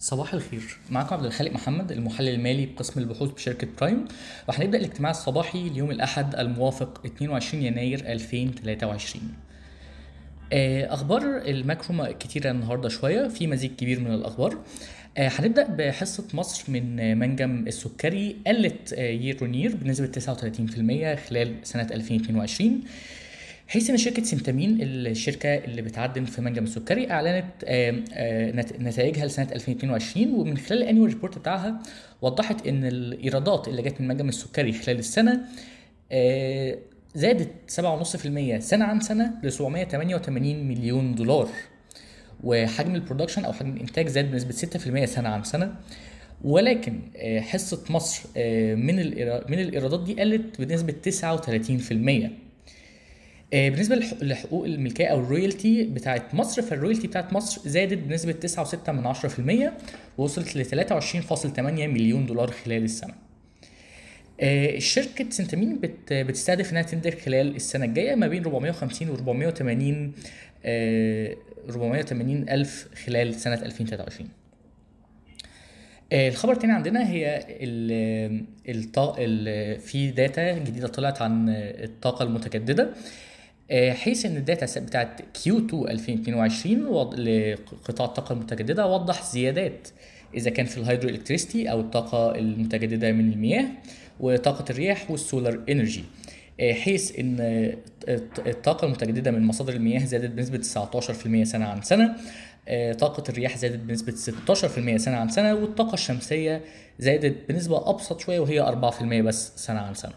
صباح الخير، معكم عبد الخالق محمد المحلل المالي بقسم البحوث بشركة برايم. وهنبدأ الاجتماع الصباحي ليوم الأحد الموافق 22 يناير 2023. أخبار الماكرو كتيرة النهاردة، شوية في مزيج كبير من الأخبار. هنبدأ بحصة مصر من منجم السكري، قلت يير اون يير بنسبة 39% خلال سنة 2022، حيث ان شركه سنتامين الشركه اللي بتعدن في منجم السكري اعلنت نتائجها لسنه 2022، ومن خلال الانيوال ريبورت بتاعها وضحت ان الايرادات اللي جت من منجم السكري خلال السنه زادت 7.5% سنه عن سنه ل 788 مليون دولار، وحجم البرودكشن او حجم الانتاج زاد بنسبه 6% سنه عن سنه. ولكن حصه مصر من الايرادات دي قلت بنسبه 39%. بالنسبه لحقوق الملكيه او الرويالتي بتاعت مصر، فالرويالتي بتاعت مصر زادت بنسبه 9.6% ووصلت ل 23.8 مليون دولار خلال السنه. الشركه سنتامين بتستهدف انها تنتج خلال السنه الجايه ما بين 450 و 480 الف خلال سنه 2023. الخبر التاني عندنا هي في داتا جديده طلعت عن الطاقه المتجدده، حيث ان الداتا بتاعت Q2 2022 لقطاع الطاقه المتجدده وضح زيادات اذا كان في الهيدرو الكتريستي او الطاقه المتجدده من المياه وطاقه الرياح والسولار انرجي، حيث ان الطاقه المتجدده من مصادر المياه زادت بنسبه 19% سنه عن سنه، طاقه الرياح زادت بنسبه 16% سنه عن سنه، والطاقه الشمسيه زادت بنسبه ابسط شويه وهي 4% بس سنه عن سنه.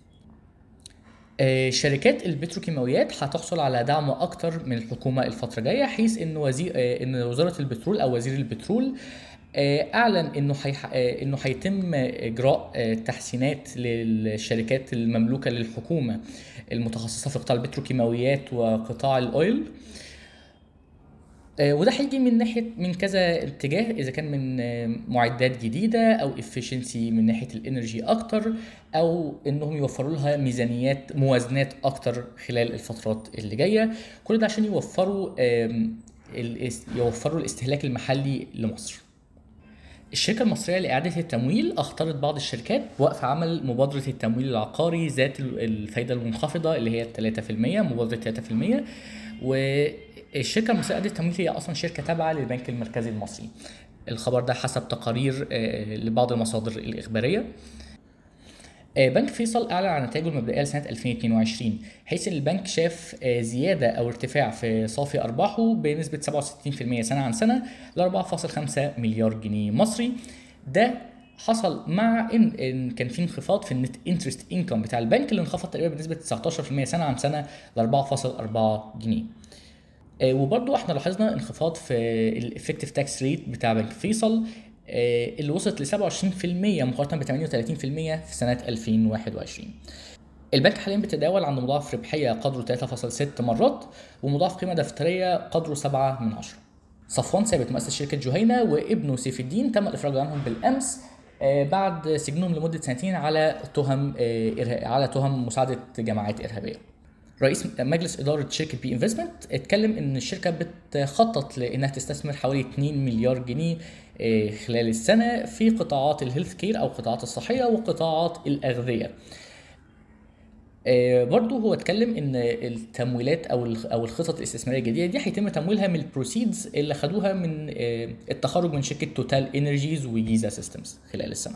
شركات البتروكيماويات هتحصل على دعم اكتر من الحكومه الفتره الجايه، حيث ان وزاره البترول او وزير البترول اعلن انه هيتم اجراء تحسينات للشركات المملوكه للحكومه المتخصصه في قطاع البتروكيماويات وقطاع الاويل. وده هيجي من كذا اتجاه، اذا كان من معدات جديده او efficiency من ناحيه الانرجي اكتر، او انهم يوفروا لها موازنات اكتر خلال الفترات اللي جايه، كل ده عشان يوفروا الاستهلاك المحلي لمصر. الشركة المصرية لإعادة التمويل أخطرت بعض الشركات بوقف عمل مبادرة التمويل العقاري ذات الفايدة المنخفضة اللي هي 3%، مبادرة 3%. والشركة المصرية لإعادة التمويل هي أصلا شركة تابعة للبنك المركزي المصري. الخبر ده حسب تقارير لبعض المصادر الإخبارية. بنك فيصل أعلن عن نتائجه المبدئية لسنة 2022، حيث ان البنك شاف زيادة أو ارتفاع في صافي أرباحه بنسبة 67% سنة عن سنة ل 4.5 مليار جنيه مصري. ده حصل مع ان كان في انخفاض في النت انترست انكم بتاع البنك اللي انخفض تقريبا بنسبة 19% سنة عن سنة ل 4.4 جنيه. وبرضو احنا لاحظنا انخفاض في الافكتيف تاكس ريت بتاع بنك فيصل اللي وصلت ل 27% مقارنة ب 38% في سنة 2021. البنك حاليا بيتداول عند مضاعف ربحية قدره 3.6 مرات ومضاعف قيمة دفترية قدره 7/10. صفوان ثابت مؤسس شركة جهينة وابنه سيف الدين تم الإفراج عنهم بالأمس بعد سجنهم لمدة 2 سنين على تهم مساعدة جماعات إرهابية. رئيس مجلس إدارة شركة بي انفستمنت اتكلم إن الشركة بتخطط لإنها تستثمر حوالي 2 مليار جنيه خلال السنة في قطاعات الهيلث كير أو قطاعات الصحية وقطاعات الأغذية. برضو هو اتكلم ان التمويلات او الخطط الاستثماريه الجديده دي هيتم تمويلها من البروسيدز اللي خدوها من التخرج من شركه توتال انرجيز وجيزا سيستمز خلال السنه.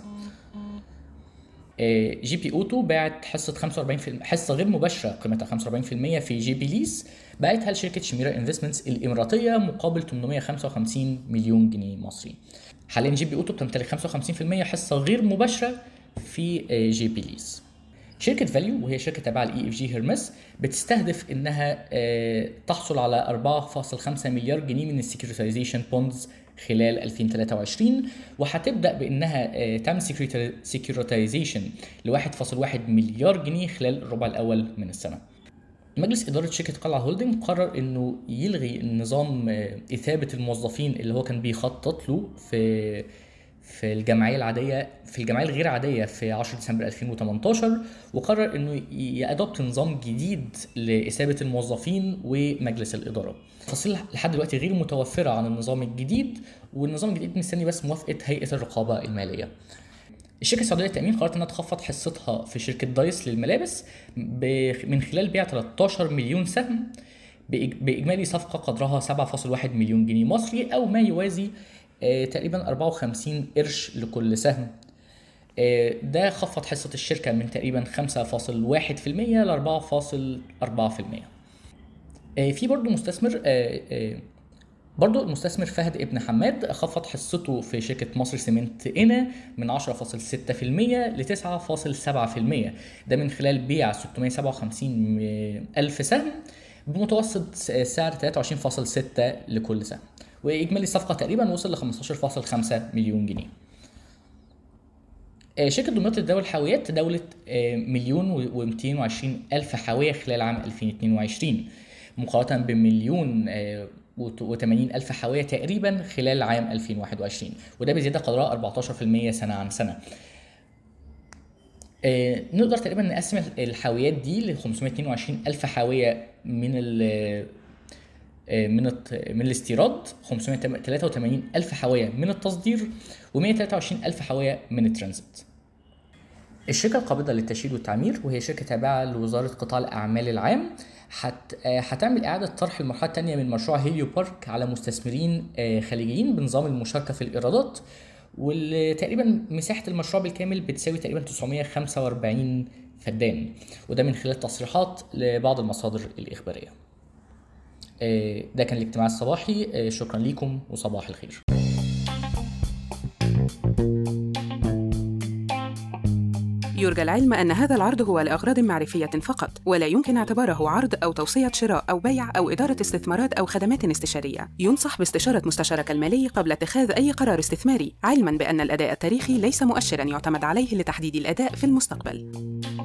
جي بي اوتو باعت حصه 45% حصه غير مباشره قيمتها 45% في جي بي ليس، باعتها لشركه شميره انفستمنتس الاماراتيه مقابل 855 مليون جنيه مصري. حاليا جي بي اوتو بتمتلك 55% حصه غير مباشره في جي بي ليس. شركة فاليو وهي شركة تابعة لإي اف جي هيرمس بتستهدف انها تحصل على 4.5 مليار جنيه من السكيورتيزيشن بوندز خلال 2023، وهتبدأ بانها تعمل سكيورتيزيشن ل 1.1 مليار جنيه خلال الربع الاول من السنة. مجلس إدارة شركة قلعة هولدنج قرر انه يلغي النظام إثابة الموظفين اللي هو كان بيخطط له في الجمعية الغير عادية في 10 ديسمبر 2018، وقرر انه يأدوبت نظام جديد لإثابة الموظفين ومجلس الإدارة. تفاصيل لحد دلوقتي غير متوفرة عن النظام الجديد، والنظام الجديد مستني بس موافقة هيئة الرقابة المالية. الشركة السعودية للتأمين قررت انها تخفض حصتها في شركة دايس للملابس من خلال بيع 13 مليون سهم بإجمالي صفقة قدرها 7.1 مليون جنيه مصري، أو ما يوازي تقريبا 54 قرش لكل سهم. ده خفض حصة الشركة من تقريبا 5.1% ل 4.4%. في برضو المستثمر فهد ابن حماد خفض حصته في شركة مصر سيمنت إنا من 10.6% ل 9.7%، ده من خلال بيع 657 ألف سهم بمتوسط سعر 23.6 لكل سهم، وإجمالي الصفقة تقريبا وصل ل 15.5 مليون جنيه. شركة دمياط للدولة الحاويات تداولت 1,220,000 حاوية خلال عام 2022 مقارنة ب1,080,000 حاوية تقريبا خلال عام 2021، وده بزيادة قدرها 14% سنة عن سنة. نقدر تقريبا نقسم الحاويات دي ل 522,000 حاوية من الاستيراد، 583,000 حاوية من التصدير، و123,000 حاوية من الترانزيت. الشركة القابضة للتشييد والتعمير، وهي شركة تابعة لوزارة قطاع الأعمال العام، هتعمل إعادة طرح المرحلة الثانية من مشروع هيليو بارك على مستثمرين خليجيين بنظام المشاركة في الإيرادات، وتقريبا مساحة المشروع بالكامل بتساوي تقريبا 945 فدان، وده من خلال تصريحات لبعض المصادر الإخبارية. ده كان الاجتماع الصباحي. شكرا لكم وصباح الخير. يرجى العلم أن هذا العرض هو لأغراض معرفية فقط، ولا يمكن اعتباره عرض أو توصية شراء أو بيع أو إدارة استثمارات أو خدمات استشارية. ينصح باستشارة مستشارك المالي قبل اتخاذ أي قرار استثماري، علماً بأن الأداء التاريخي ليس مؤشراً يعتمد عليه لتحديد الأداء في المستقبل.